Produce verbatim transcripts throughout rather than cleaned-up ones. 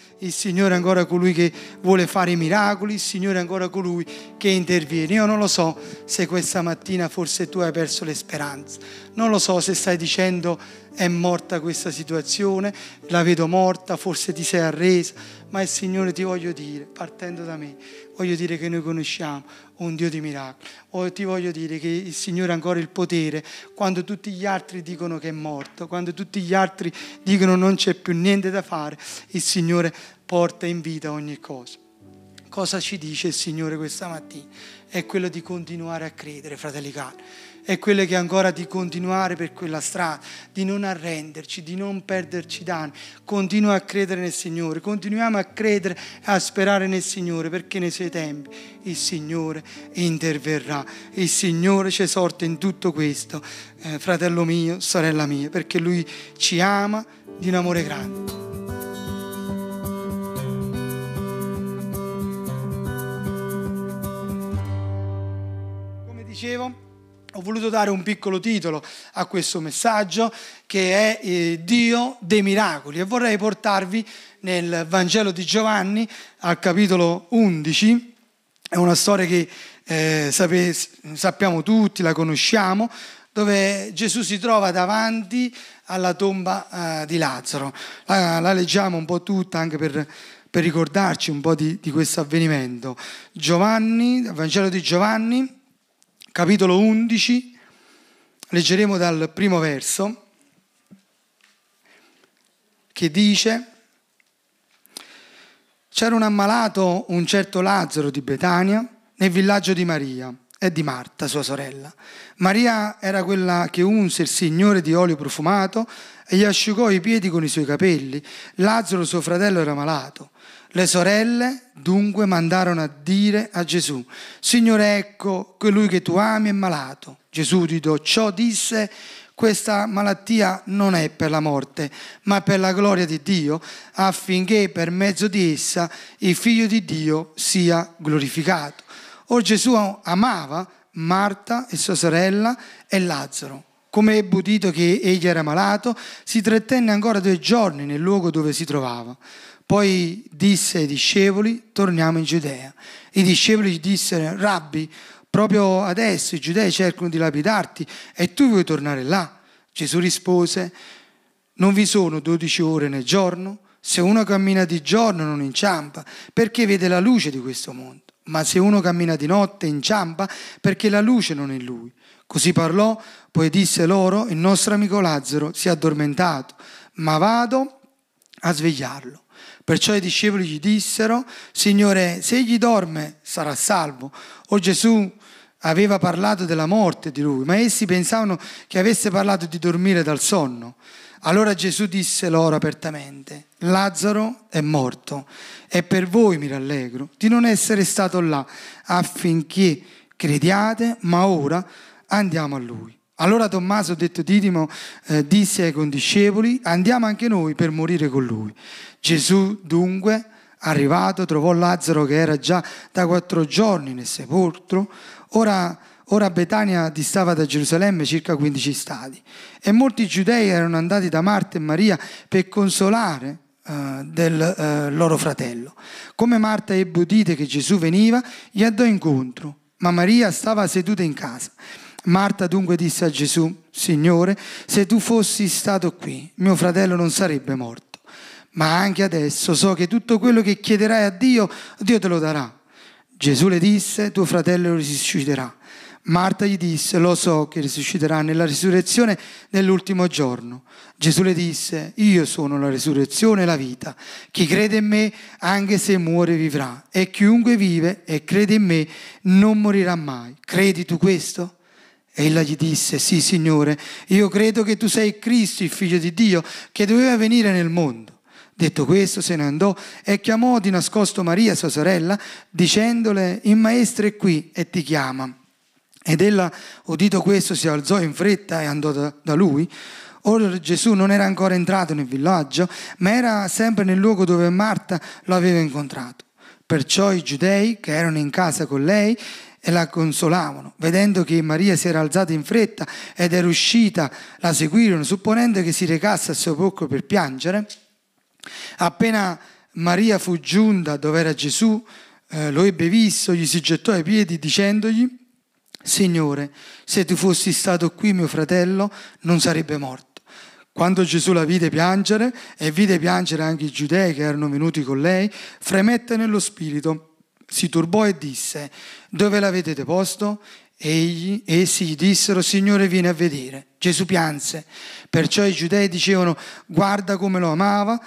il Signore è ancora colui che vuole fare i miracoli, il Signore è ancora colui che interviene. Io non lo so se questa mattina forse tu hai perso le speranze, non lo so se stai dicendo è morta questa situazione, la vedo morta, forse ti sei arresa, ma il Signore ti voglio dire, partendo da me, voglio dire che noi conosciamo un Dio di miracoli, o ti voglio dire che il Signore ha ancora il potere quando tutti gli altri dicono che è morto, quando tutti gli altri dicono non c'è più niente da fare, il Signore porta in vita ogni cosa. Cosa ci dice il Signore questa mattina? È quello di continuare a credere, fratelli cari. È quello che ancora di continuare per quella strada, di non arrenderci, di non perderci d'animo. Continua a credere nel Signore, continuiamo a credere e a sperare nel Signore, perché nei suoi tempi il Signore interverrà. Il Signore ci esorta in tutto questo, eh, fratello mio, sorella mia, perché Lui ci ama di un amore grande. Come dicevo, ho voluto dare un piccolo titolo a questo messaggio, che è eh, Dio dei miracoli, e vorrei portarvi nel Vangelo di Giovanni al capitolo undici. È una storia che eh, sape, sappiamo tutti, la conosciamo, dove Gesù si trova davanti alla tomba eh, di Lazzaro. La, la leggiamo un po' tutta anche per, per ricordarci un po' di, di questo avvenimento. Giovanni, Vangelo di Giovanni, capitolo undici, leggeremo dal primo verso, che dice: c'era un ammalato, un certo Lazzaro di Betania, nel villaggio di Maria e di Marta, sua sorella. Maria era quella che unse il Signore di olio profumato e gli asciugò i piedi con i suoi capelli. Lazzaro, suo fratello, era malato. Le sorelle dunque mandarono a dire a Gesù: Signore, ecco, colui che tu ami è malato. Gesù, udito ciò, disse: questa malattia non è per la morte, ma per la gloria di Dio, affinché per mezzo di essa il Figlio di Dio sia glorificato. Or Gesù amava Marta e sua sorella e Lazzaro. Come ebbe udito che egli era malato, si trattenne ancora due giorni nel luogo dove si trovava. Poi disse ai discepoli: torniamo in Giudea. I discepoli gli dissero: Rabbi, proprio adesso i giudei cercano di lapidarti e tu vuoi tornare là? Gesù rispose: non vi sono dodici ore nel giorno? Se uno cammina di giorno non inciampa, perché vede la luce di questo mondo. Ma se uno cammina di notte inciampa, perché la luce non è in lui. Così parlò, poi disse loro: il nostro amico Lazzaro si è addormentato, ma vado a svegliarlo. Perciò i discepoli gli dissero: Signore, se egli dorme sarà salvo. O Gesù aveva parlato della morte di lui, ma essi pensavano che avesse parlato di dormire dal sonno. Allora Gesù disse loro apertamente: Lazzaro è morto, e per voi mi rallegro di non essere stato là, affinché crediate, ma ora andiamo a lui. Allora Tommaso, detto Didimo, eh, disse ai condiscepoli: andiamo anche noi per morire con lui. Gesù dunque, arrivato, trovò Lazzaro che era già da quattro giorni nel sepolcro. Ora, ora Betania distava da Gerusalemme circa quindici stadi, e molti giudei erano andati da Marta e Maria per consolare eh, del eh, loro fratello. Come Marta ebbe udito che Gesù veniva, gli andò incontro, ma Maria stava seduta in casa. Marta dunque disse a Gesù: Signore, se tu fossi stato qui, mio fratello non sarebbe morto. Ma anche adesso so che tutto quello che chiederai a Dio, Dio te lo darà. Gesù le disse: tuo fratello risusciterà. Marta gli disse: lo so che risusciterà nella risurrezione dell'ultimo giorno. Gesù le disse: io sono la risurrezione e la vita. Chi crede in me, anche se muore, vivrà. E chiunque vive e crede in me non morirà mai. Credi tu questo? Ella gli disse: sì, Signore, io credo che tu sei Cristo, il Figlio di Dio, che doveva venire nel mondo. Detto questo, se ne andò e chiamò di nascosto Maria, sua sorella, dicendole: il maestro è qui e ti chiama. Ed ella, udito questo, si alzò in fretta e andò da, da lui. Ora Gesù non era ancora entrato nel villaggio, ma era sempre nel luogo dove Marta lo aveva incontrato. Perciò i giudei che erano in casa con lei e la consolavano, vedendo che Maria si era alzata in fretta ed era uscita, la seguirono, supponendo che si recasse al sepolcro per piangere. Appena Maria fu giunta dove era Gesù, eh, lo ebbe visto, gli si gettò ai piedi dicendogli: Signore, se tu fossi stato qui mio fratello non sarebbe morto. Quando Gesù la vide piangere e vide piangere anche i giudei che erano venuti con lei, fremette nello spirito, si turbò e disse: dove l'avete deposto? Egli, essi gli dissero: Signore, vieni a vedere. Gesù pianse. Perciò i giudei dicevano: guarda come lo amava,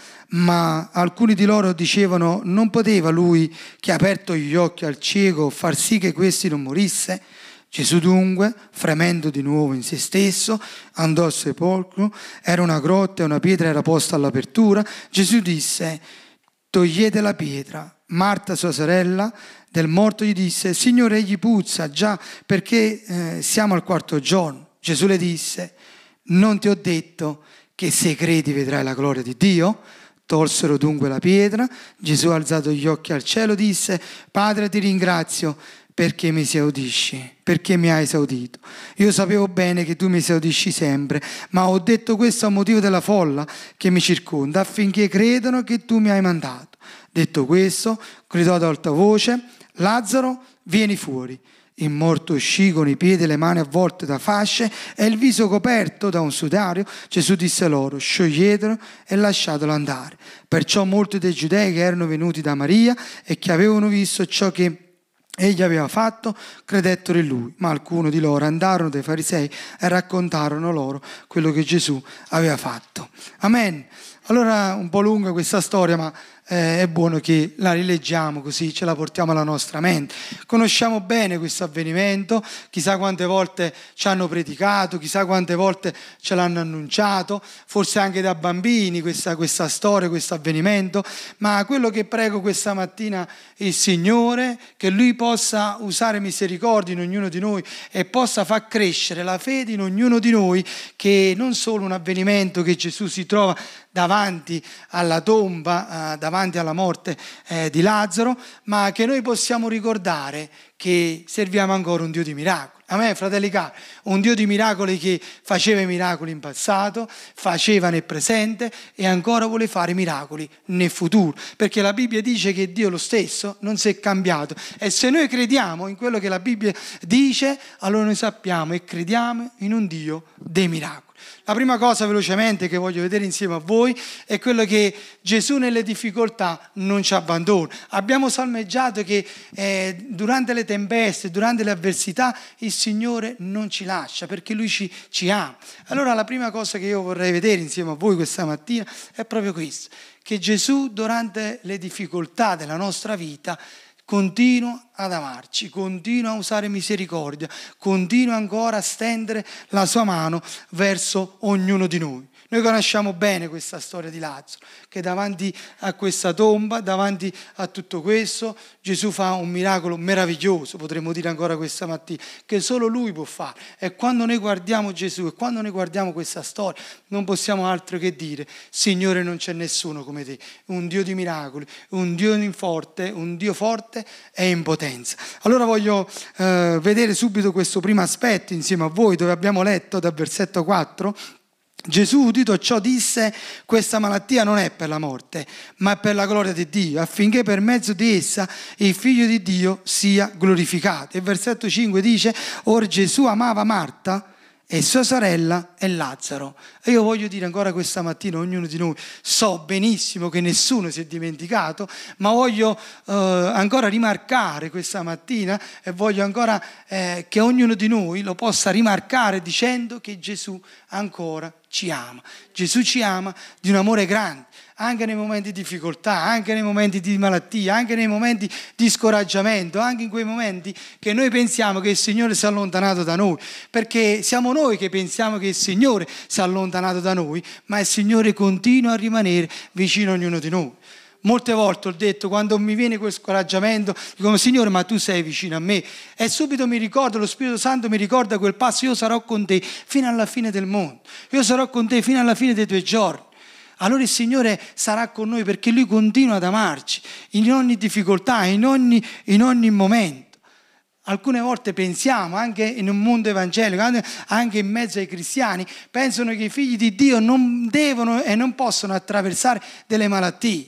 ma alcuni di loro dicevano: non poteva lui che ha aperto gli occhi al cieco far sì che questi non morisse? Gesù dunque, fremendo di nuovo in se stesso, andò al sepolcro. Era una grotta e una pietra era posta all'apertura. Gesù disse: togliete la pietra. Marta, sua sorella, del morto gli disse: Signore, egli puzza già, perché eh, siamo al quarto giorno. Gesù le disse: non ti ho detto che se credi vedrai la gloria di Dio? Tolsero dunque la pietra. Gesù, alzato gli occhi al cielo, disse: Padre, ti ringrazio perché mi esaudisci, perché mi hai esaudito. Io sapevo bene che tu mi esaudisci sempre, ma ho detto questo a motivo della folla che mi circonda, affinché credano che tu mi hai mandato. Detto questo, gridò ad alta voce: Lazzaro, vieni fuori. Il morto uscì con i piedi e le mani avvolte da fasce e il viso coperto da un sudario. Gesù disse loro: scioglietelo e lasciatelo andare. Perciò molti dei giudei che erano venuti da Maria e che avevano visto ciò che egli aveva fatto credettero in lui, ma alcuni di loro andarono dai farisei e raccontarono loro quello che Gesù aveva fatto. Amen. Allora, un po' lunga questa storia, ma eh, è buono che la rileggiamo, così ce la portiamo alla nostra mente. Conosciamo bene questo avvenimento, chissà quante volte ci hanno predicato, chissà quante volte ce l'hanno annunciato, forse anche da bambini questa, questa storia, questo avvenimento, ma quello che prego questa mattina il Signore, che Lui possa usare misericordia in ognuno di noi e possa far crescere la fede in ognuno di noi, che non solo un avvenimento che Gesù si trova davanti alla tomba, eh, davanti alla morte eh, di Lazzaro, ma che noi possiamo ricordare che serviamo ancora un Dio di miracoli. Amen, fratelli cari, un Dio di miracoli che faceva i miracoli in passato, faceva nel presente e ancora vuole fare miracoli nel futuro, perché la Bibbia dice che Dio lo stesso non si è cambiato, e se noi crediamo in quello che la Bibbia dice, allora noi sappiamo e crediamo in un Dio dei miracoli. La prima cosa velocemente che voglio vedere insieme a voi è quello che Gesù nelle difficoltà non ci abbandona. Abbiamo salmeggiato che eh, durante le tempeste, durante le avversità, il Signore non ci lascia perché Lui ci, ci ama. Allora la prima cosa che io vorrei vedere insieme a voi questa mattina è proprio questo, che Gesù durante le difficoltà della nostra vita continua ad amarci, continua a usare misericordia, continua ancora a stendere la sua mano verso ognuno di noi. Noi conosciamo bene questa storia di Lazzaro, che davanti a questa tomba, davanti a tutto questo, Gesù fa un miracolo meraviglioso, potremmo dire ancora questa mattina, che solo Lui può fare. E quando noi guardiamo Gesù e quando noi guardiamo questa storia, non possiamo altro che dire: Signore, non c'è nessuno come te, un Dio di miracoli, un Dio forte, un Dio forte e in potenza. Allora voglio eh, vedere subito questo primo aspetto insieme a voi, dove abbiamo letto dal versetto quattro. Gesù, udito ciò, disse: questa malattia non è per la morte, ma è per la gloria di Dio, affinché per mezzo di essa il Figlio di Dio sia glorificato. E il versetto cinque dice: or Gesù amava Marta e sua sorella e Lazzaro. E io voglio dire ancora questa mattina a ognuno di noi, so benissimo che nessuno si è dimenticato, ma voglio eh, ancora rimarcare questa mattina e voglio ancora eh, che ognuno di noi lo possa rimarcare dicendo che Gesù ancora ci ama. Gesù ci ama di un amore grande, anche nei momenti di difficoltà, anche nei momenti di malattia, anche nei momenti di scoraggiamento, anche in quei momenti che noi pensiamo che il Signore si è allontanato da noi, perché siamo noi che pensiamo che il Signore si è allontanato da noi, ma il Signore continua a rimanere vicino a ognuno di noi. Molte volte ho detto, quando mi viene quel scoraggiamento, dico: Signore, ma tu sei vicino a me, e subito mi ricordo, lo Spirito Santo mi ricorda quel passo: io sarò con te fino alla fine del mondo, io sarò con te fino alla fine dei tuoi giorni. Allora il Signore sarà con noi perché Lui continua ad amarci in ogni difficoltà, in ogni, in ogni momento. Alcune volte pensiamo, anche in un mondo evangelico, anche in mezzo ai cristiani, pensano che i figli di Dio non devono e non possono attraversare delle malattie.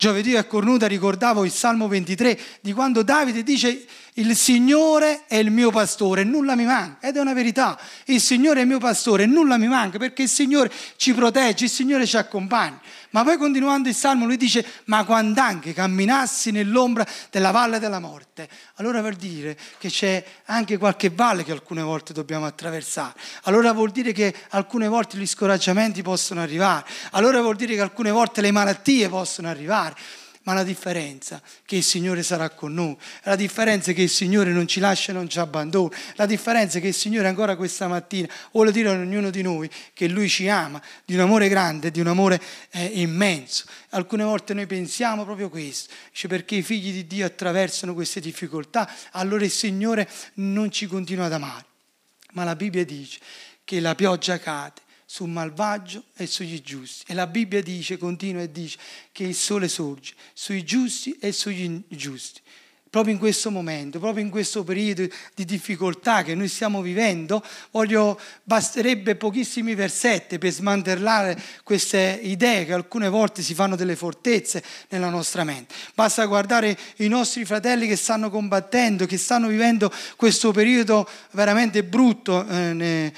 Giovedì a Cornuta ricordavo il Salmo ventitré, di quando Davide dice: il Signore è il mio pastore, nulla mi manca. Ed è una verità, il Signore è il mio pastore, nulla mi manca, perché il Signore ci protegge, il Signore ci accompagna. Ma poi continuando il Salmo lui dice: ma quando anche camminassi nell'ombra della valle della morte. Allora vuol dire che c'è anche qualche valle che alcune volte dobbiamo attraversare. Allora vuol dire che alcune volte gli scoraggiamenti possono arrivare. Allora vuol dire che alcune volte le malattie possono arrivare. Ma la differenza è che il Signore sarà con noi, la differenza è che il Signore non ci lascia e non ci abbandona, la differenza è che il Signore ancora questa mattina vuole dire a ognuno di noi che Lui ci ama di un amore grande, di un amore eh, immenso. Alcune volte noi pensiamo proprio questo, cioè perché i figli di Dio attraversano queste difficoltà, allora il Signore non ci continua ad amare. Ma la Bibbia dice che la pioggia cade sul malvagio e sugli giusti. E la Bibbia dice, continua e dice, che il sole sorge sui giusti e sugli ingiusti. Proprio in questo momento, proprio in questo periodo di difficoltà che noi stiamo vivendo, voglio, basterebbe pochissimi versetti per smantellare queste idee che alcune volte si fanno delle fortezze nella nostra mente. Basta guardare i nostri fratelli che stanno combattendo, che stanno vivendo questo periodo veramente brutto eh,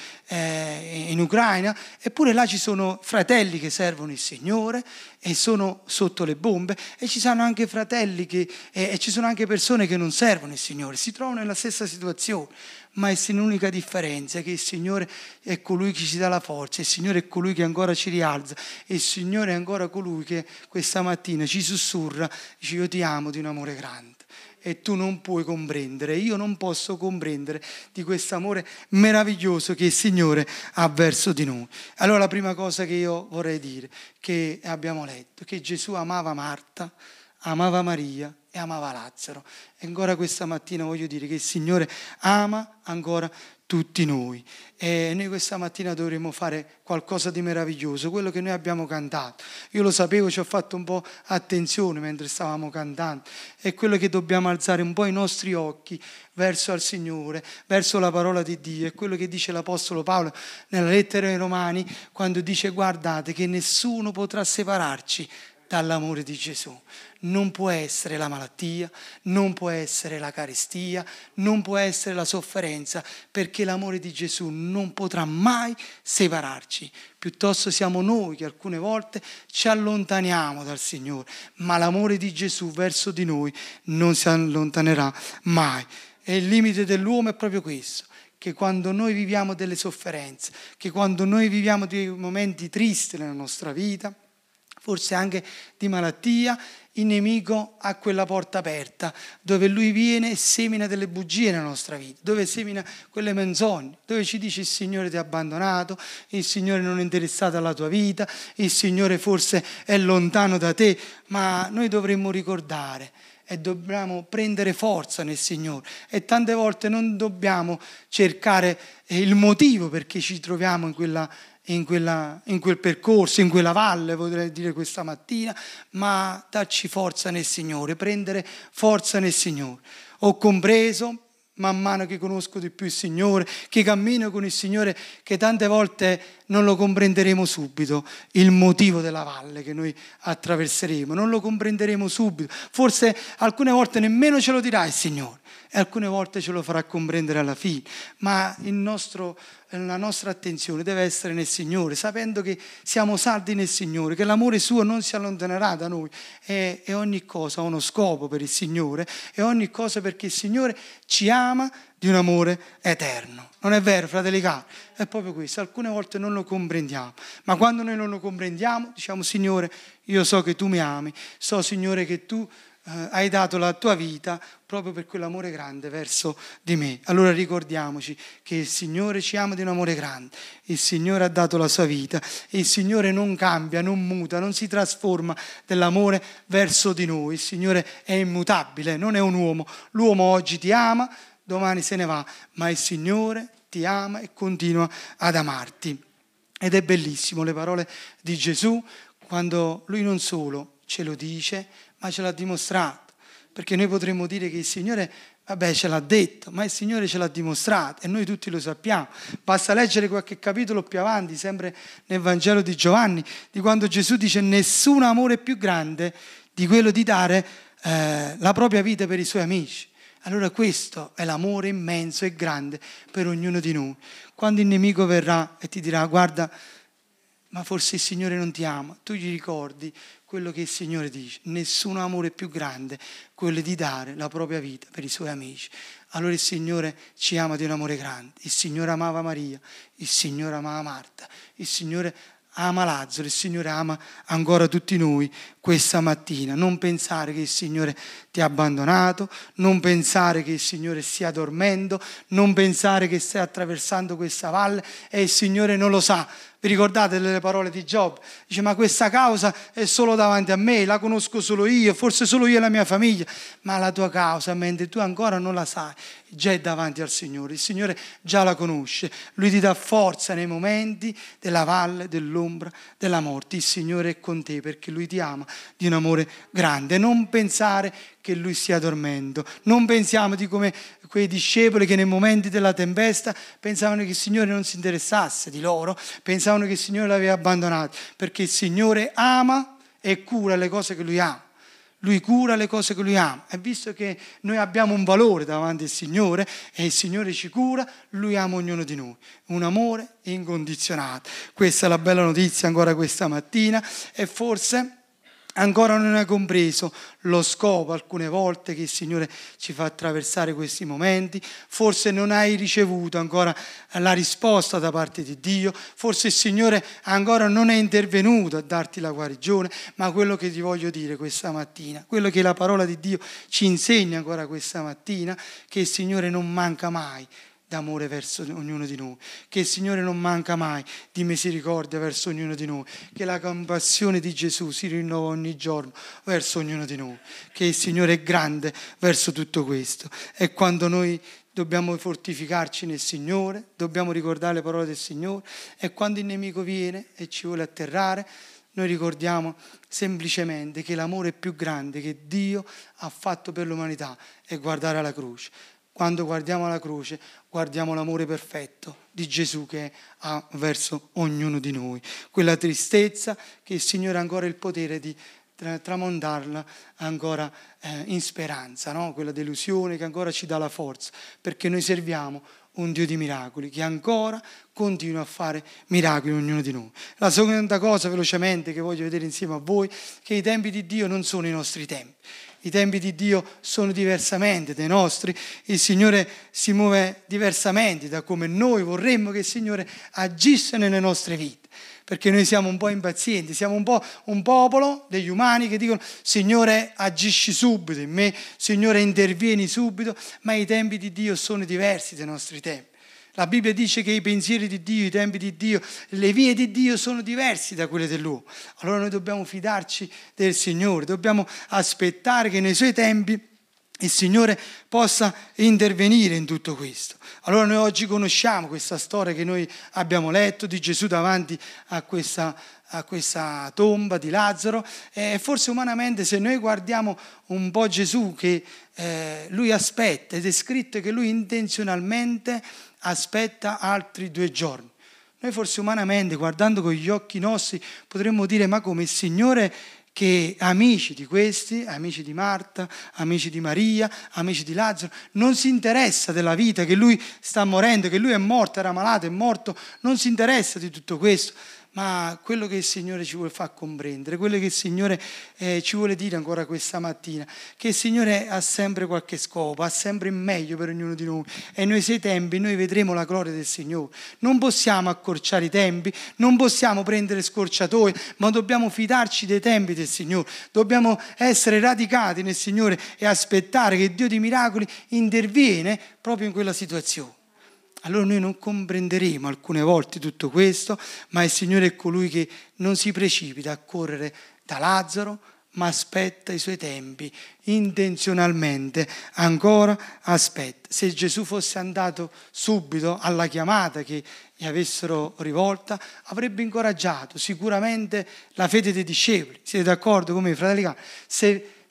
eh, in Ucraina, eppure là ci sono fratelli che servono il Signore e sono sotto le bombe, e ci sono anche fratelli che, eh, e ci sono anche persone che non servono il Signore, si trovano nella stessa situazione, ma è l'unica differenza è che il Signore è colui che ci dà la forza, il Signore è colui che ancora ci rialza, e il Signore è ancora colui che questa mattina ci sussurra, dice: io ti amo di un amore grande. E tu non puoi comprendere, io non posso comprendere di questo amore meraviglioso che il Signore ha verso di noi. Allora la prima cosa che io vorrei dire, che abbiamo letto, che Gesù amava Marta, amava Maria e amava Lazzaro. E ancora questa mattina voglio dire che il Signore ama ancora tutti noi, e noi questa mattina dovremo fare qualcosa di meraviglioso, quello che noi abbiamo cantato. Io lo sapevo, ci ho fatto un po' attenzione mentre stavamo cantando, è quello che dobbiamo alzare un po' i nostri occhi verso al Signore, verso la parola di Dio. È quello che dice l'Apostolo Paolo nella lettera ai Romani, quando dice: guardate che nessuno potrà separarci dall'amore di Gesù. Non può essere la malattia, non può essere la carestia, non può essere la sofferenza, perché l'amore di Gesù non potrà mai separarci. Piuttosto siamo noi che alcune volte ci allontaniamo dal Signore, ma l'amore di Gesù verso di noi non si allontanerà mai. E il limite dell'uomo è proprio questo, che quando noi viviamo delle sofferenze, che quando noi viviamo dei momenti tristi nella nostra vita, forse anche di malattia, il nemico ha quella porta aperta dove lui viene e semina delle bugie nella nostra vita, dove semina quelle menzogne, dove ci dice: il Signore ti ha abbandonato, il Signore non è interessato alla tua vita, il Signore forse è lontano da te. Ma noi dovremmo ricordare e dobbiamo prendere forza nel Signore, e tante volte non dobbiamo cercare il motivo perché ci troviamo in quella In, quella, in quel percorso, in quella valle, potrei dire questa mattina, ma darci forza nel Signore, prendere forza nel Signore. Ho compreso, man mano che conosco di più il Signore, che cammino con il Signore, che tante volte non lo comprenderemo subito, il motivo della valle che noi attraverseremo, non lo comprenderemo subito, forse alcune volte nemmeno ce lo dirà il Signore, e alcune volte ce lo farà comprendere alla fine, ma il nostro, la nostra attenzione deve essere nel Signore, sapendo che siamo saldi nel Signore, che l'amore suo non si allontanerà da noi, e, e ogni cosa ha uno scopo per il Signore, e ogni cosa perché il Signore ci ama di un amore eterno. Non è vero, fratelli cari? È proprio questo, alcune volte non lo comprendiamo, ma quando noi non lo comprendiamo diciamo: Signore, io so che tu mi ami, so, Signore, che tu Uh, hai dato la tua vita proprio per quell'amore grande verso di me. Allora ricordiamoci che il Signore ci ama di un amore grande, il Signore ha dato la sua vita, e il Signore non cambia, non muta, non si trasforma dell'amore verso di noi. Il Signore è immutabile, non è un uomo. L'uomo oggi ti ama, domani se ne va, ma il Signore ti ama e continua ad amarti. Ed è bellissimo le parole di Gesù, quando Lui non solo ce lo dice, ma ce l'ha dimostrato, perché noi potremmo dire che il Signore Vabbè, ce l'ha detto, ma il Signore ce l'ha dimostrato e noi tutti lo sappiamo. Basta leggere qualche capitolo più avanti, sempre nel Vangelo di Giovanni, di quando Gesù dice: nessun amore più grande di quello di dare eh, la propria vita per i suoi amici. Allora questo è l'amore immenso e grande per ognuno di noi. Quando il nemico verrà e ti dirà: guarda, ma forse il Signore non ti ama, tu gli ricordi quello che il Signore dice: nessun amore più grande quello di dare la propria vita per i suoi amici. Allora il Signore ci ama di un amore grande. Il Signore amava Maria, il Signore amava Marta, il Signore ama Lazzaro, il Signore ama ancora tutti noi questa mattina. Non pensare che il Signore ti ha abbandonato, non pensare che il Signore stia dormendo, non pensare che stai attraversando questa valle e il Signore non lo sa. Vi ricordate le parole di Giobbe? Dice: ma questa causa è solo davanti a me, la conosco solo io, forse solo io e la mia famiglia, ma la tua causa, mentre tu ancora non la sai, già è davanti al Signore. Il Signore già la conosce, Lui ti dà forza nei momenti della valle, dell'ombra, della morte. Il Signore è con te perché Lui ti ama di un amore grande. Non pensare che Lui stia dormendo, non pensiamo di come quei discepoli che nei momenti della tempesta pensavano che il Signore non si interessasse di loro, pensavano che il Signore li aveva abbandonati, perché il Signore ama e cura le cose che Lui ama. Lui cura le cose che Lui ama, e visto che noi abbiamo un valore davanti al Signore e il Signore ci cura, Lui ama ognuno di noi, un amore incondizionato. Questa è la bella notizia ancora questa mattina, e forse ancora non hai compreso lo scopo alcune volte che il Signore ci fa attraversare questi momenti, forse non hai ricevuto ancora la risposta da parte di Dio, forse il Signore ancora non è intervenuto a darti la guarigione, ma quello che ti voglio dire questa mattina, quello che la parola di Dio ci insegna ancora questa mattina, che il Signore non manca mai d'amore verso ognuno di noi, che il Signore non manca mai di misericordia verso ognuno di noi, che la compassione di Gesù si rinnova ogni giorno verso ognuno di noi, che il Signore è grande verso tutto questo. E quando noi dobbiamo fortificarci nel Signore, dobbiamo ricordare le parole del Signore, e quando il nemico viene e ci vuole atterrare, noi ricordiamo semplicemente che l'amore più grande che Dio ha fatto per l'umanità è guardare alla croce. Quando guardiamo la croce, guardiamo l'amore perfetto di Gesù che ha verso ognuno di noi. Quella tristezza che il Signore ha ancora il potere di tramontarla ancora eh, in speranza, no? Quella delusione che ancora ci dà la forza, perché noi serviamo un Dio di miracoli che ancora continua a fare miracoli in ognuno di noi. La seconda cosa velocemente che voglio vedere insieme a voi, che i tempi di Dio non sono i nostri tempi. I tempi di Dio sono diversamente dai nostri, il Signore si muove diversamente da come noi vorremmo che il Signore agisse nelle nostre vite, perché noi siamo un po' impazienti, siamo un po' un popolo degli umani che dicono: Signore, agisci subito in me, Signore, intervieni subito, ma i tempi di Dio sono diversi dai nostri tempi. La Bibbia dice che i pensieri di Dio, i tempi di Dio, le vie di Dio sono diversi da quelle dell'uomo. Allora noi dobbiamo fidarci del Signore, dobbiamo aspettare che nei Suoi tempi il Signore possa intervenire in tutto questo. Allora noi oggi conosciamo questa storia che noi abbiamo letto di Gesù davanti a questa, a questa tomba di Lazzaro, e forse umanamente, se noi guardiamo un po' Gesù, che eh, Lui aspetta, ed è scritto che Lui intenzionalmente aspetta altri due giorni. Noi forse umanamente, guardando con gli occhi nostri, potremmo dire: ma come il Signore, che amici di questi, amici di Marta, amici di Maria, amici di Lazzaro, non si interessa della vita, che lui sta morendo, che lui è morto, era malato, è morto, non si interessa di tutto questo. Ma quello che il Signore ci vuole far comprendere, quello che il Signore eh, ci vuole dire ancora questa mattina, che il Signore ha sempre qualche scopo, ha sempre il meglio per ognuno di noi, e noi sei tempi noi vedremo la gloria del Signore. Non possiamo accorciare i tempi, non possiamo prendere scorciatoie, ma dobbiamo fidarci dei tempi del Signore, dobbiamo essere radicati nel Signore e aspettare che Dio di miracoli interviene proprio in quella situazione. Allora noi non comprenderemo alcune volte tutto questo, ma il Signore è colui che non si precipita a correre da Lazzaro, ma aspetta i Suoi tempi, intenzionalmente ancora aspetta. Se Gesù fosse andato subito alla chiamata che gli avessero rivolta, avrebbe incoraggiato sicuramente la fede dei discepoli. Siete d'accordo con me, fratelli? Se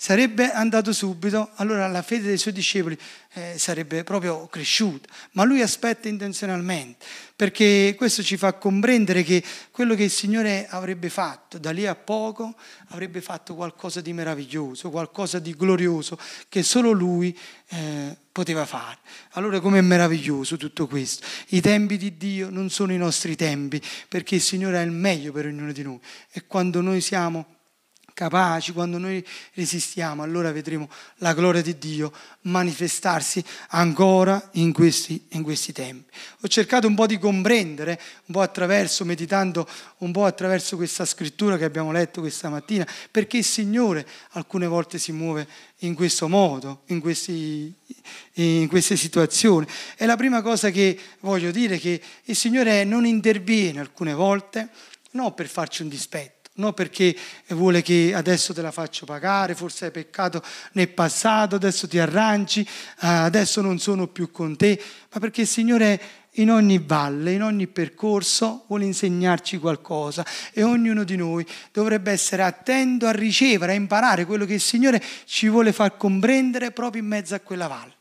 sarebbe andato subito, allora la fede dei suoi discepoli eh, sarebbe proprio cresciuta. Ma lui aspetta intenzionalmente, perché questo ci fa comprendere che quello che il Signore avrebbe fatto da lì a poco avrebbe fatto qualcosa di meraviglioso, qualcosa di glorioso che solo lui eh, poteva fare. Allora com'è meraviglioso tutto questo? I tempi di Dio non sono i nostri tempi, perché il Signore ha il meglio per ognuno di noi, e quando noi siamo capaci, quando noi resistiamo, allora vedremo la gloria di Dio manifestarsi ancora in questi, in questi tempi. Ho cercato un po' di comprendere, un po' attraverso, meditando un po' attraverso questa scrittura che abbiamo letto questa mattina, perché il Signore alcune volte si muove in questo modo, in, questi, in queste situazioni. E la prima cosa che voglio dire è che il Signore non interviene alcune volte, non per farci un dispetto, non perché vuole che adesso te la faccio pagare, forse hai peccato nel passato, adesso ti arrangi, adesso non sono più con te, ma perché il Signore in ogni valle, in ogni percorso vuole insegnarci qualcosa, e ognuno di noi dovrebbe essere attento a ricevere, a imparare quello che il Signore ci vuole far comprendere proprio in mezzo a quella valle.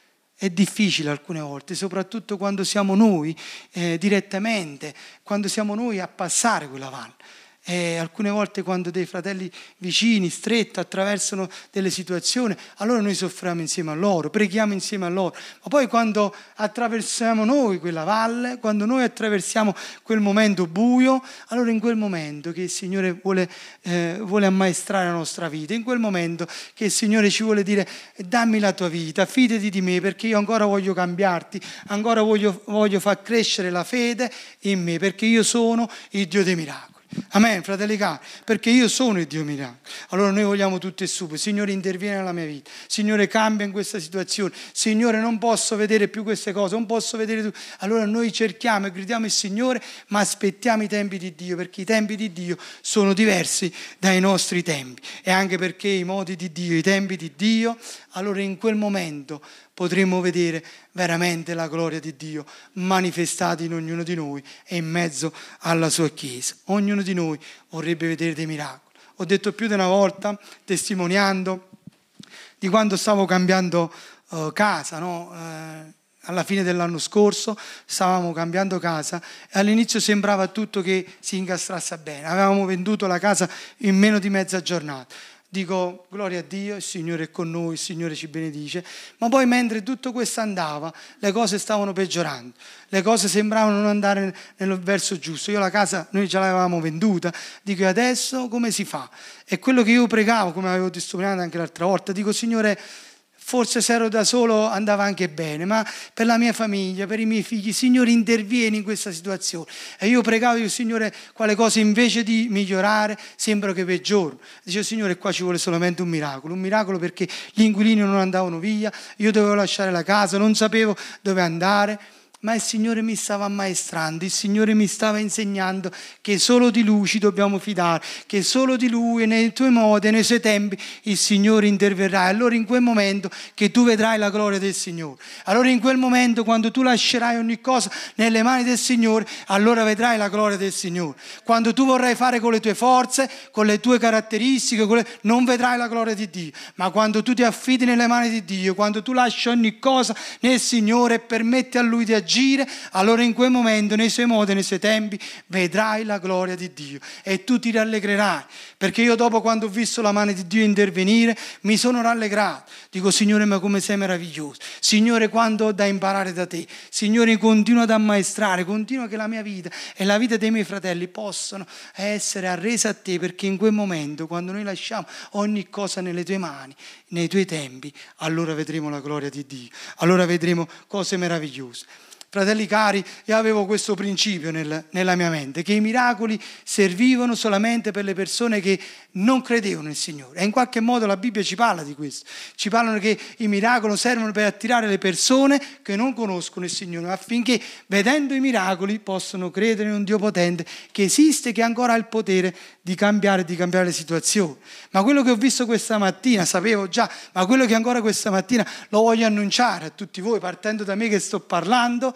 È difficile alcune volte, soprattutto quando siamo noi eh, direttamente, quando siamo noi a passare quella valle. E alcune volte quando dei fratelli vicini, stretti, attraversano delle situazioni, allora noi soffriamo insieme a loro, preghiamo insieme a loro. Ma poi quando attraversiamo noi quella valle, quando noi attraversiamo quel momento buio, allora in quel momento che il Signore vuole, eh, vuole ammaestrare la nostra vita, in quel momento che il Signore ci vuole dire: dammi la tua vita, fidati di me, perché io ancora voglio cambiarti, ancora voglio, voglio far crescere la fede in me, perché io sono il Dio dei miracoli. Amen, fratelli cari, perché io sono il Dio miracolo. Allora noi vogliamo tutto e subito: Signore, intervieni nella mia vita, Signore, cambia in questa situazione, Signore, non posso vedere più queste cose, non posso vedere tu. Allora noi cerchiamo e gridiamo il Signore, ma aspettiamo i tempi di Dio, perché i tempi di Dio sono diversi dai nostri tempi, e anche perché i modi di Dio, i tempi di Dio, allora in quel momento potremo vedere veramente la gloria di Dio manifestata in ognuno di noi e in mezzo alla sua Chiesa. Ognuno di noi vorrebbe vedere dei miracoli. Ho detto più di una volta, testimoniando, di quando stavo cambiando uh, casa, no? Uh, alla fine dell'anno scorso stavamo cambiando casa e all'inizio sembrava tutto che si incastrasse bene. Avevamo venduto la casa in meno di mezza giornata. Dico, gloria a Dio, il Signore è con noi, il Signore ci benedice. Ma poi mentre tutto questo andava, le cose stavano peggiorando. Le cose sembravano non andare nel verso giusto. Io la casa, noi già l'avevamo venduta. Dico, e adesso come si fa? E quello che io pregavo, come avevo testimoniato anche l'altra volta, dico, Signore, forse se ero da solo andava anche bene, ma per la mia famiglia, per i miei figli, Signore, intervieni in questa situazione. E io pregavo, io, Signore, quale cose invece di migliorare sembra che peggiorano. Dicevo, Signore, qua ci vuole solamente un miracolo, un miracolo perché gli inquilini non andavano via, io dovevo lasciare la casa, non sapevo dove andare. Ma il Signore mi stava ammaestrando, il Signore mi stava insegnando che solo di Lui ci dobbiamo fidare, che solo di Lui e nei tuoi modi e nei suoi tempi il Signore interverrà. E allora in quel momento che tu vedrai la gloria del Signore, allora in quel momento quando tu lascerai ogni cosa nelle mani del Signore, allora vedrai la gloria del Signore. Quando tu vorrai fare con le tue forze, con le tue caratteristiche, con le... non vedrai la gloria di Dio. Ma quando tu ti affidi nelle mani di Dio, quando tu lasci ogni cosa nel Signore e permetti a Lui di agire, allora in quel momento, nei suoi modi, nei suoi tempi, vedrai la gloria di Dio e tu ti rallegrerai. Perché io dopo, quando ho visto la mano di Dio intervenire, mi sono rallegrato. Dico, Signore, ma come sei meraviglioso. Signore, quanto ho da imparare da te. Signore, continua ad ammaestrare, continua che la mia vita e la vita dei miei fratelli possano essere arrese a te, perché in quel momento, quando noi lasciamo ogni cosa nelle tue mani, nei tuoi tempi, allora vedremo la gloria di Dio, allora vedremo cose meravigliose. Fratelli cari, io avevo questo principio nel, nella mia mente, che i miracoli servivano solamente per le persone che non credevano nel Signore. E in qualche modo la Bibbia ci parla di questo. Ci parlano che i miracoli servono per attirare le persone che non conoscono il Signore, affinché vedendo i miracoli possano credere in un Dio potente che esiste, che ancora ha il potere di cambiare, di cambiare le situazioni. Ma quello che ho visto questa mattina, sapevo già, ma quello che ancora questa mattina lo voglio annunciare a tutti voi, partendo da me che sto parlando,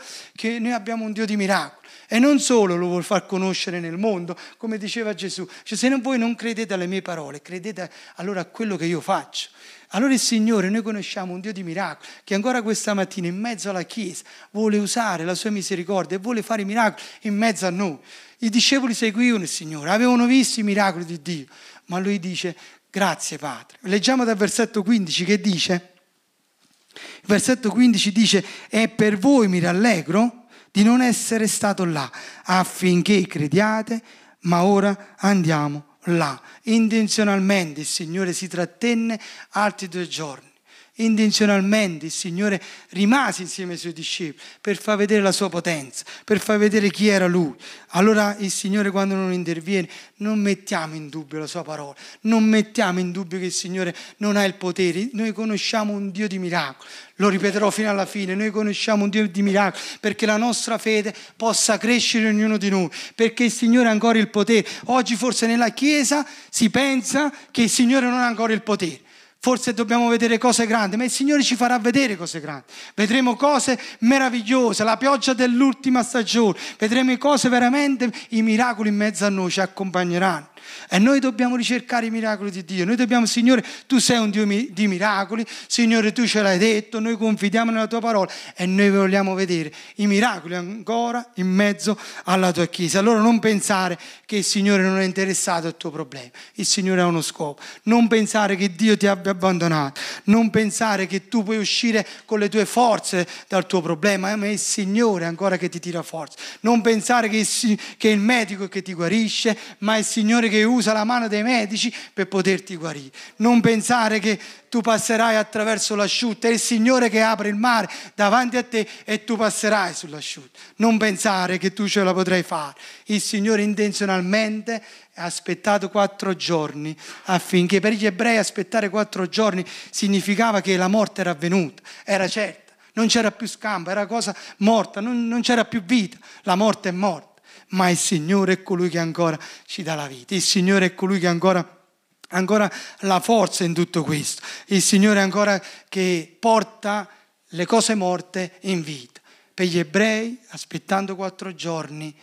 che noi abbiamo un Dio di miracoli. E non solo lo vuol far conoscere nel mondo, come diceva Gesù, cioè, se voi non credete alle mie parole, credete allora a quello che io faccio. Allora il Signore, noi conosciamo un Dio di miracoli, che ancora questa mattina in mezzo alla Chiesa vuole usare la sua misericordia e vuole fare i miracoli in mezzo a noi. I discepoli seguivano il Signore, avevano visto i miracoli di Dio, ma Lui dice: grazie Padre. Leggiamo dal versetto quindici che dice, il versetto quindici dice: e per voi mi rallegro di non essere stato là, affinché crediate, ma ora andiamo là. Intenzionalmente il Signore si trattenne altri due giorni. Intenzionalmente il Signore rimase insieme ai Suoi discepoli per far vedere la Sua potenza, per far vedere chi era Lui. Allora il Signore, quando non interviene, non mettiamo in dubbio la Sua parola, non mettiamo in dubbio che il Signore non ha il potere. Noi conosciamo un Dio di miracoli, lo ripeterò fino alla fine, noi conosciamo un Dio di miracoli perché la nostra fede possa crescere in ognuno di noi, perché il Signore ha ancora il potere. Oggi forse nella Chiesa si pensa che il Signore non ha ancora il potere. Forse dobbiamo vedere cose grandi, ma il Signore ci farà vedere cose grandi. Vedremo cose meravigliose, la pioggia dell'ultima stagione. Vedremo cose veramente, i miracoli in mezzo a noi ci accompagneranno. E noi dobbiamo ricercare i miracoli di Dio. Noi dobbiamo, Signore, tu sei un Dio di miracoli, Signore, tu ce l'hai detto, noi confidiamo nella tua parola e noi vogliamo vedere i miracoli ancora in mezzo alla tua Chiesa. Allora non pensare che il Signore non è interessato al tuo problema. Il Signore ha uno scopo. Non pensare che Dio ti abbia abbandonato. Non pensare che tu puoi uscire con le tue forze dal tuo problema, ma è il Signore ancora che ti tira forza. Non pensare che è il medico che ti guarisce, ma è il Signore che usa la mano dei medici per poterti guarire. Non pensare che tu passerai attraverso l'asciutto, è il Signore che apre il mare davanti a te e tu passerai sull'asciutto. Non pensare che tu ce la potrai fare. Il Signore intenzionalmente ha aspettato quattro giorni affinché, per gli ebrei aspettare quattro giorni significava che la morte era avvenuta, era certa, non c'era più scampo, era cosa morta, non, non c'era più vita, la morte è morta. Ma il Signore è colui che ancora ci dà la vita, il Signore è colui che ancora ancora la forza in tutto questo, il Signore è ancora che porta le cose morte in vita. Per gli ebrei, aspettando quattro giorni,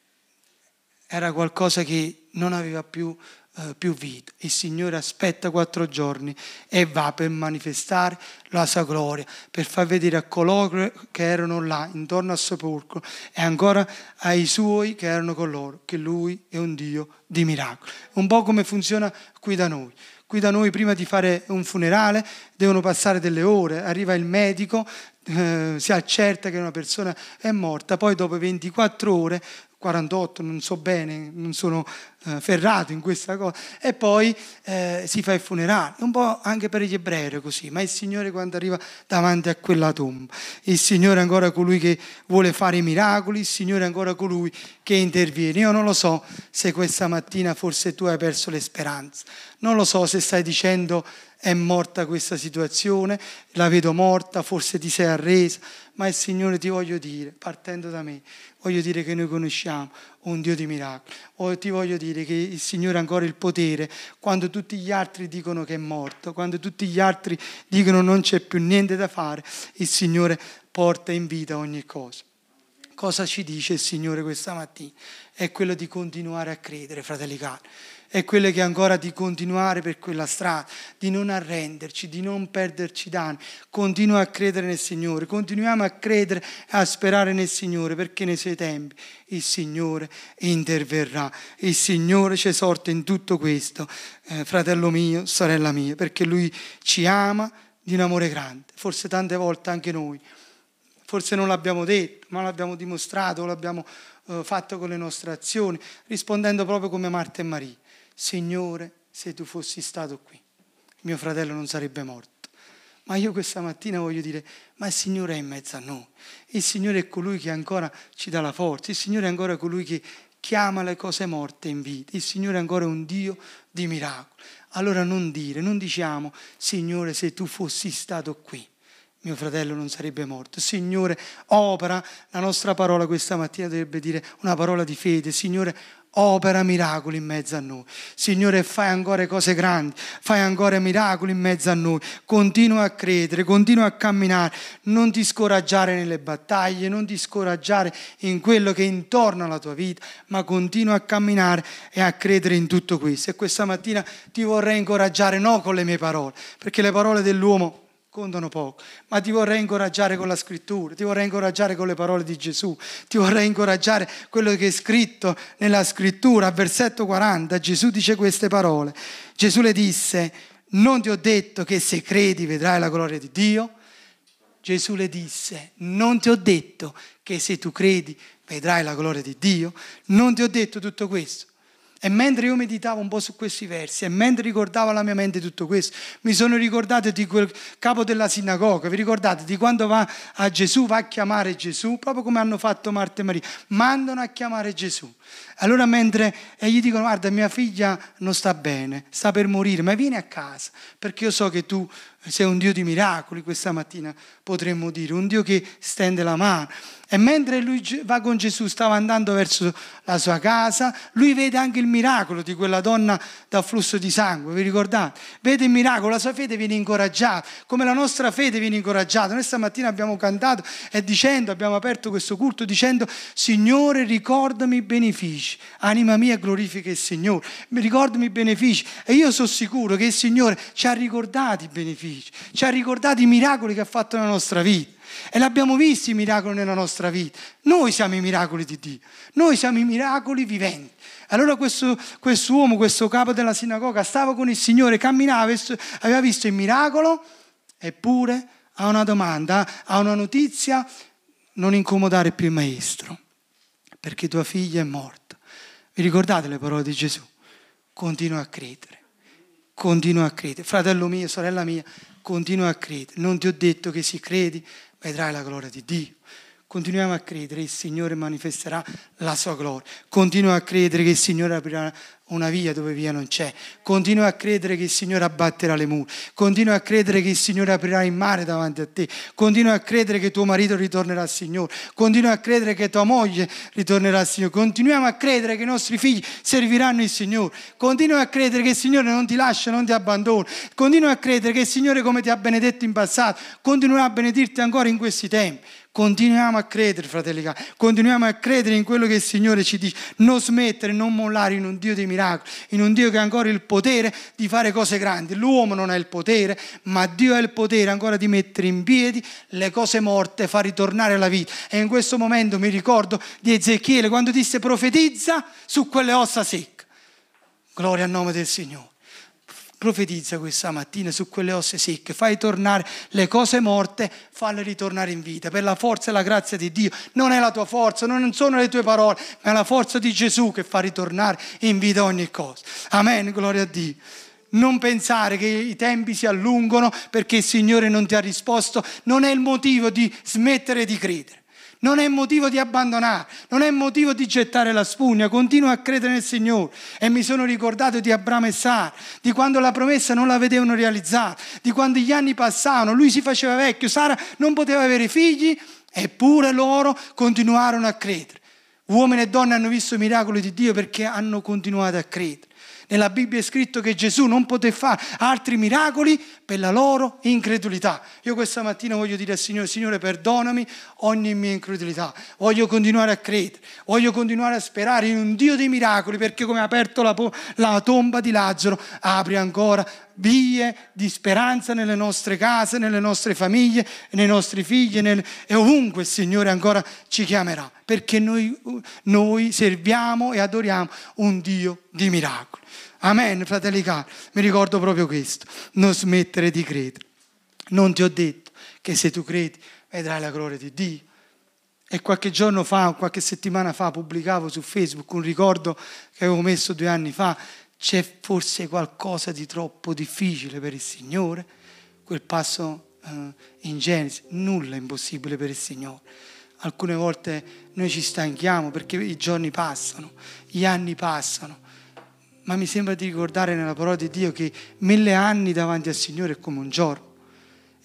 era qualcosa che non aveva più, eh, più vita. Il Signore aspetta quattro giorni e va per manifestare la sua gloria, per far vedere a coloro che erano là intorno al sepolcro e ancora ai suoi che erano con loro che Lui è un Dio di miracoli. Un po' come funziona qui da noi. Qui da noi prima di fare un funerale devono passare delle ore, arriva il medico, eh, si accerta che una persona è morta, poi dopo ventiquattro ore, quarantotto, non so bene, non sono eh, ferrato in questa cosa, e poi eh, si fa il funerale. Un po' anche per gli ebrei era così, ma il Signore quando arriva davanti a quella tomba, il Signore è ancora colui che vuole fare i miracoli, il Signore è ancora colui che interviene. Io non lo so se questa mattina forse tu hai perso le speranze, non lo so se stai dicendo è morta questa situazione, la vedo morta, forse ti sei arresa, ma il Signore ti voglio dire, partendo da me, voglio dire che noi conosciamo un Dio di miracoli, o ti voglio dire che il Signore ha ancora il potere quando tutti gli altri dicono che è morto, quando tutti gli altri dicono non c'è più niente da fare, il Signore porta in vita ogni cosa. Cosa ci dice il Signore questa mattina? È quello di continuare a credere, fratelli cari. È quello che ancora di continuare per quella strada, di non arrenderci, di non perderci d'animo. Continua a credere nel Signore, continuiamo a credere e a sperare nel Signore, perché nei suoi tempi il Signore interverrà. Il Signore ci esorta in tutto questo, eh, fratello mio, sorella mia, perché Lui ci ama di un amore grande. Forse tante volte anche noi, forse non l'abbiamo detto, ma l'abbiamo dimostrato, l'abbiamo eh, fatto con le nostre azioni, rispondendo proprio come Marta e Maria. Signore, se tu fossi stato qui, mio fratello non sarebbe morto. Ma io questa mattina voglio dire, ma il Signore è in mezzo a noi. Il Signore è colui che ancora ci dà la forza. Il Signore è ancora colui che chiama le cose morte in vita. Il Signore è ancora un Dio di miracoli. Allora non dire, non diciamo, Signore, se tu fossi stato qui. mio fratello non sarebbe morto. Signore, opera, la nostra parola questa mattina dovrebbe dire una parola di fede. Signore, opera miracoli in mezzo a noi. Signore, fai ancora cose grandi, fai ancora miracoli in mezzo a noi. Continua a credere, continua a camminare, non ti scoraggiare nelle battaglie, non ti scoraggiare in quello che è intorno alla tua vita, ma continua a camminare e a credere in tutto questo. E questa mattina ti vorrei incoraggiare non con le mie parole, perché le parole dell'uomo contano poco, ma ti vorrei incoraggiare con la scrittura, ti vorrei incoraggiare con le parole di Gesù, ti vorrei incoraggiare quello che è scritto nella scrittura. A versetto quaranta Gesù dice queste parole. Gesù le disse: non ti ho detto che se credi vedrai la gloria di Dio? Gesù le disse: non ti ho detto che se tu credi vedrai la gloria di Dio? Non ti ho detto tutto questo? E mentre io meditavo un po' su questi versi e mentre ricordavo alla mia mente tutto questo, mi sono ricordato di quel capo della sinagoga. Vi ricordate di quando va a Gesù, va a chiamare Gesù, proprio come hanno fatto Marta e Maria, mandano a chiamare Gesù. Allora mentre e gli dicono: guarda, mia figlia non sta bene, sta per morire, ma vieni a casa, perché io so che tu sei un Dio di miracoli. Questa mattina potremmo dire un Dio che stende la mano. E mentre lui va con Gesù, stava andando verso la sua casa, lui vede anche il miracolo di quella donna dal flusso di sangue. Vi ricordate? Vede il miracolo, la sua fede viene incoraggiata, come la nostra fede viene incoraggiata. Noi stamattina abbiamo cantato e dicendo, abbiamo aperto questo culto dicendo: Signore, ricordami i benefici, anima mia glorifica il Signore, ricordami i benefici. E io sono sicuro che il Signore ci ha ricordato i benefici, ci ha ricordato i miracoli che ha fatto nella nostra vita. E l'abbiamo visto i miracoli nella nostra vita. Noi siamo i miracoli di Dio, noi siamo i miracoli viventi. Allora questo quest'uomo, questo capo della sinagoga stava con il Signore, camminava, aveva visto il miracolo, eppure ha una domanda, ha una notizia: non incomodare più il maestro, perché tua figlia è morta. Vi ricordate le parole di Gesù? Continua a credere, continua a credere. Fratello mio, sorella mia, continua a credere. Non ti ho detto che se credi vedrai la gloria di Dio. Continuiamo a credere che il Signore manifesterà la sua gloria. Continua a credere che il Signore aprirà una via dove via non c'è. Continua a credere che il Signore abbatterà le mura. Continua a credere che il Signore aprirà il mare davanti a te. Continua a credere che tuo marito ritornerà al Signore. Continua a credere che tua moglie ritornerà al Signore. Continuiamo a credere che i nostri figli serviranno il Signore. Continua a credere che il Signore non ti lascia, non ti abbandona. Continua a credere che il Signore, come ti ha benedetto in passato, continuerà a benedirti ancora in questi tempi. Continuiamo a credere, fratelli cari, continuiamo a credere in quello che il Signore ci dice. Non smettere, non mollare in un Dio dei miracoli, in un Dio che ha ancora il potere di fare cose grandi. L'uomo non ha il potere, ma Dio ha il potere ancora di mettere in piedi le cose morte, far ritornare alla vita. E in questo momento mi ricordo di Ezechiele quando disse: profetizza su quelle ossa secche. Gloria al nome del Signore. Profetizza questa mattina su quelle ossa secche, fai tornare le cose morte, falle ritornare in vita per la forza e la grazia di Dio. Non è la tua forza, non sono le tue parole, ma è la forza di Gesù che fa ritornare in vita ogni cosa. Amen, gloria a Dio. Non pensare che i tempi si allungano perché il Signore non ti ha risposto, non è il motivo di smettere di credere. Non è motivo di abbandonare, non è motivo di gettare la spugna. Continua a credere nel Signore. E mi sono ricordato di Abramo e Sara, di quando la promessa non la vedevano realizzata, di quando gli anni passavano, lui si faceva vecchio, Sara non poteva avere figli, eppure loro continuarono a credere. Uomini e donne hanno visto i miracoli di Dio perché hanno continuato a credere. Nella Bibbia è scritto che Gesù non poté fare altri miracoli per la loro incredulità. Io questa mattina voglio dire al Signore: Signore, perdonami ogni mia incredulità. Voglio continuare a credere, voglio continuare a sperare in un Dio dei miracoli, perché come ha aperto la, la tomba di Lazzaro, apri ancora vie di speranza nelle nostre case, nelle nostre famiglie, nei nostri figli, nel, e ovunque il Signore ancora ci chiamerà, perché noi, noi serviamo e adoriamo un Dio di miracoli. Amen, fratelli cari, mi ricordo proprio questo: non smettere di credere. Non ti ho detto che se tu credi vedrai la gloria di Dio? E qualche giorno fa, qualche settimana fa, pubblicavo su Facebook un ricordo che avevo messo due anni fa. C'è forse qualcosa di troppo difficile per il Signore? Quel passo eh, in Genesi: nulla è impossibile per il Signore. Alcune volte noi ci stanchiamo perché i giorni passano, gli anni passano, ma mi sembra di ricordare nella parola di Dio che mille anni davanti al Signore è come un giorno.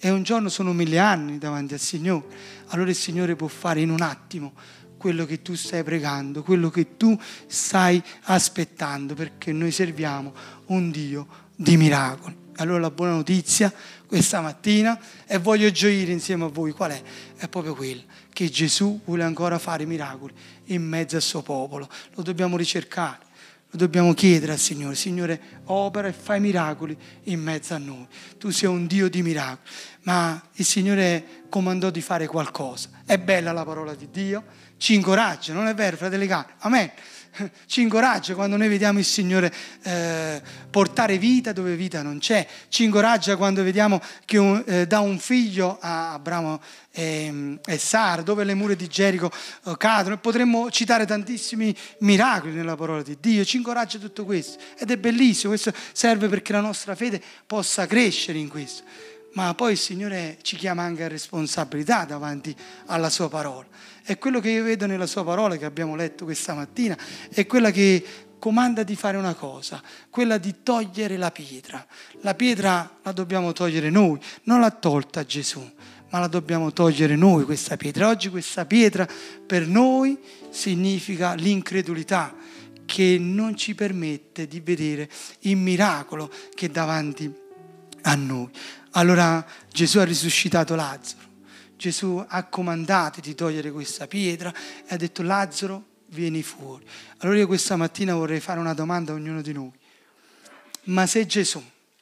e un giorno sono mille anni davanti al Signore. Allora il Signore può fare in un attimo quello che tu stai pregando, quello che tu stai aspettando, perché noi serviamo un Dio di miracoli. Allora la buona notizia questa mattina, e voglio gioire insieme a voi, qual è? È proprio quella, che Gesù vuole ancora fare miracoli in mezzo al suo popolo. Lo dobbiamo ricercare, lo dobbiamo chiedere al Signore. Signore, opera e fai miracoli in mezzo a noi. Tu sei un Dio di miracoli, ma il Signore comandò di fare qualcosa. È bella la parola di Dio, ci incoraggia, non è vero, fratelli cari? Amen. Ci incoraggia quando noi vediamo il Signore eh, portare vita dove vita non c'è. Ci incoraggia quando vediamo che un, eh, dà un figlio a Abramo e, e Sara, dove le mura di Gerico eh, cadono. E potremmo citare tantissimi miracoli nella parola di Dio. Ci incoraggia tutto questo ed è bellissimo. Questo serve perché la nostra fede possa crescere in questo. Ma poi il Signore ci chiama anche a responsabilità davanti alla sua parola. E quello che io vedo nella sua parola, che abbiamo letto questa mattina, è quella che comanda di fare una cosa, quella di togliere la pietra. La pietra la dobbiamo togliere noi, non l'ha tolta Gesù, ma la dobbiamo togliere noi questa pietra. Oggi questa pietra per noi significa l'incredulità, che non ci permette di vedere il miracolo che è davanti a noi. Allora Gesù ha risuscitato Lazzaro. Gesù ha comandato di togliere questa pietra e ha detto: Lazzaro, vieni fuori. Allora io questa mattina vorrei fare una domanda a ognuno di noi. Ma se Gesù,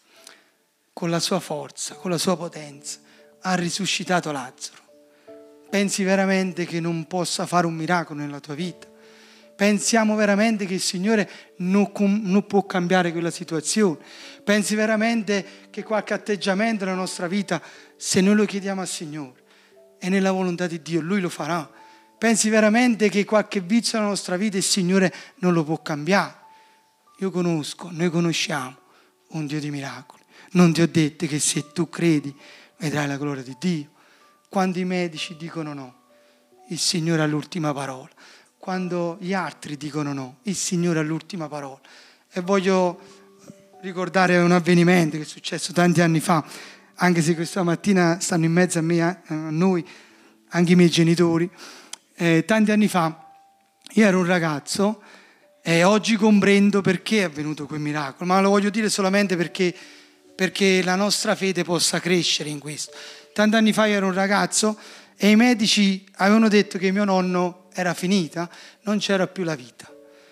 con la sua forza, con la sua potenza, ha risuscitato Lazzaro, pensi veramente che non possa fare un miracolo nella tua vita? Pensiamo veramente che il Signore non, non può cambiare quella situazione? Pensi veramente che qualche atteggiamento nella nostra vita, se noi lo chiediamo al Signore, è nella volontà di Dio, Lui lo farà? Pensi veramente che qualche vizio nella nostra vita il Signore non lo può cambiare? Io conosco, noi conosciamo un Dio di miracoli. Non ti ho detto che se tu credi vedrai la gloria di Dio? Quando i medici dicono no, il Signore ha l'ultima parola. Quando gli altri dicono no, il Signore ha l'ultima parola. E voglio ricordare un avvenimento che è successo tanti anni fa, anche se questa mattina stanno in mezzo a me, a noi, anche i miei genitori. Eh, tanti anni fa io ero un ragazzo e oggi comprendo perché è avvenuto quel miracolo, ma lo voglio dire solamente perché, perché la nostra fede possa crescere in questo. Tanti anni fa io ero un ragazzo e i medici avevano detto che mio nonno era finita, non c'era più la vita.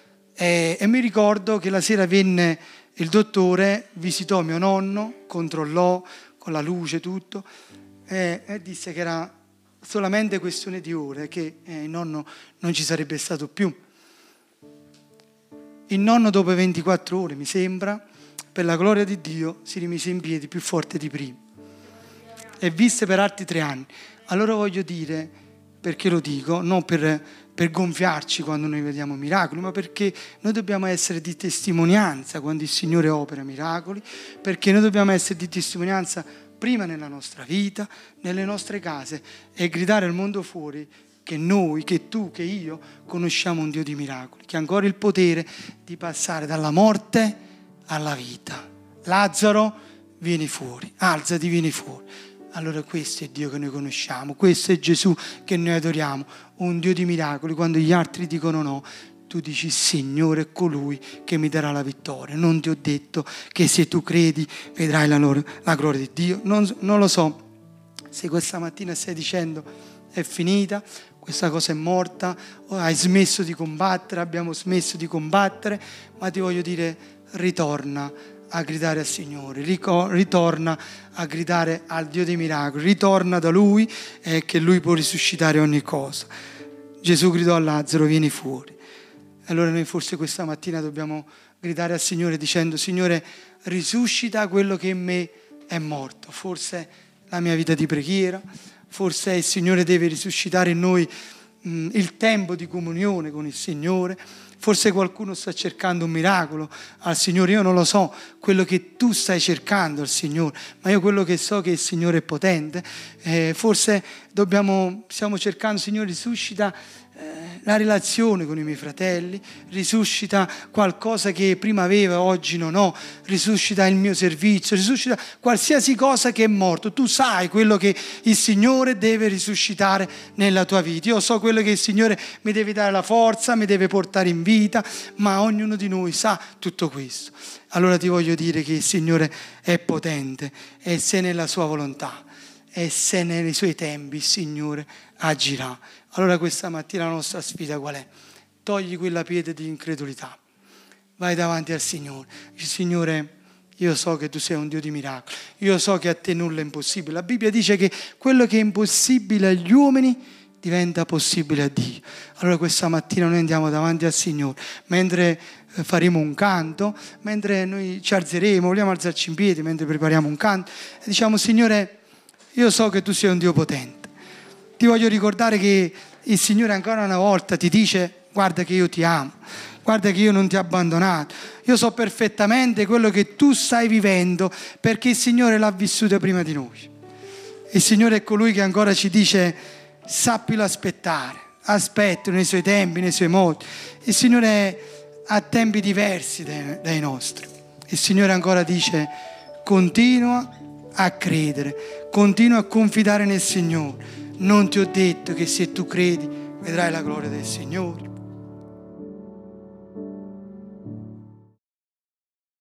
E, e mi ricordo che la sera venne il dottore, visitò mio nonno, controllò con la luce tutto e, e disse che era solamente questione di ore, che eh, il nonno non ci sarebbe stato più. Il nonno dopo ventiquattro ore, mi sembra, per la gloria di Dio, si rimise in piedi più forte di prima e visse per altri tre anni. Allora voglio dire, perché lo dico, non per, per gonfiarci quando noi vediamo miracoli, ma perché noi dobbiamo essere di testimonianza quando il Signore opera miracoli, perché noi dobbiamo essere di testimonianza prima nella nostra vita, nelle nostre case, e gridare al mondo fuori che noi, che tu, che io conosciamo un Dio di miracoli, che ha ancora il potere di passare dalla morte alla vita. Lazzaro, vieni fuori, alzati, vieni fuori. Allora questo è Dio che noi conosciamo, questo è Gesù che noi adoriamo, un Dio di miracoli. Quando gli altri dicono no, tu dici: Signore, è colui che mi darà la vittoria. Non ti ho detto che se tu credi vedrai la, loro, la gloria di Dio? Non, non lo so se questa mattina stai dicendo: è finita, questa cosa è morta, hai smesso di combattere, abbiamo smesso di combattere, ma ti voglio dire: ritorna a gridare al Signore, ritorna a gridare al Dio dei miracoli, ritorna da Lui, eh, che Lui può risuscitare ogni cosa. Gesù gridò a Lazzaro: vieni fuori. Allora noi forse questa mattina dobbiamo gridare al Signore dicendo: Signore, risuscita quello che in me è morto. Forse la mia vita di preghiera, forse il Signore deve risuscitare in noi mh, il tempo di comunione con il Signore. Forse qualcuno sta cercando un miracolo al Signore, io non lo so quello che tu stai cercando al Signore, ma io quello che so è che il Signore è potente. Eh, forse dobbiamo, stiamo cercando: Signore, risuscita eh, la relazione con i miei fratelli, risuscita qualcosa che prima avevo e oggi non ho, risuscita il mio servizio, risuscita qualsiasi cosa che è morto. Tu sai quello che il Signore deve risuscitare nella tua vita. Io so quello che il Signore mi deve dare la forza, mi deve portare in vita, ma ognuno di noi sa tutto questo. Allora ti voglio dire che il Signore è potente e se nella sua volontà e se nei suoi tempi il Signore agirà. Allora questa mattina la nostra sfida qual è? Togli quella pietra di incredulità, vai davanti al Signore, dici: Signore, io so che tu sei un Dio di miracoli, io so che a te nulla è impossibile. La Bibbia dice che quello che è impossibile agli uomini diventa possibile a Dio. Allora questa mattina noi andiamo davanti al Signore, mentre faremo un canto, mentre noi ci alzeremo, vogliamo alzarci in piedi mentre prepariamo un canto, e diciamo: Signore, io so che tu sei un Dio potente. Ti voglio ricordare che il Signore ancora una volta ti dice: guarda che io ti amo, guarda che io non ti ho abbandonato, io so perfettamente quello che tu stai vivendo, perché il Signore l'ha vissuto prima di noi. Il Signore è colui che ancora ci dice: sappilo aspettare, aspetta nei suoi tempi, nei suoi modi. Il Signore ha tempi diversi dai, dai nostri. Il Signore ancora dice: continua a credere, continua a confidare nel Signore. Non ti ho detto che se tu credi vedrai la gloria del Signore?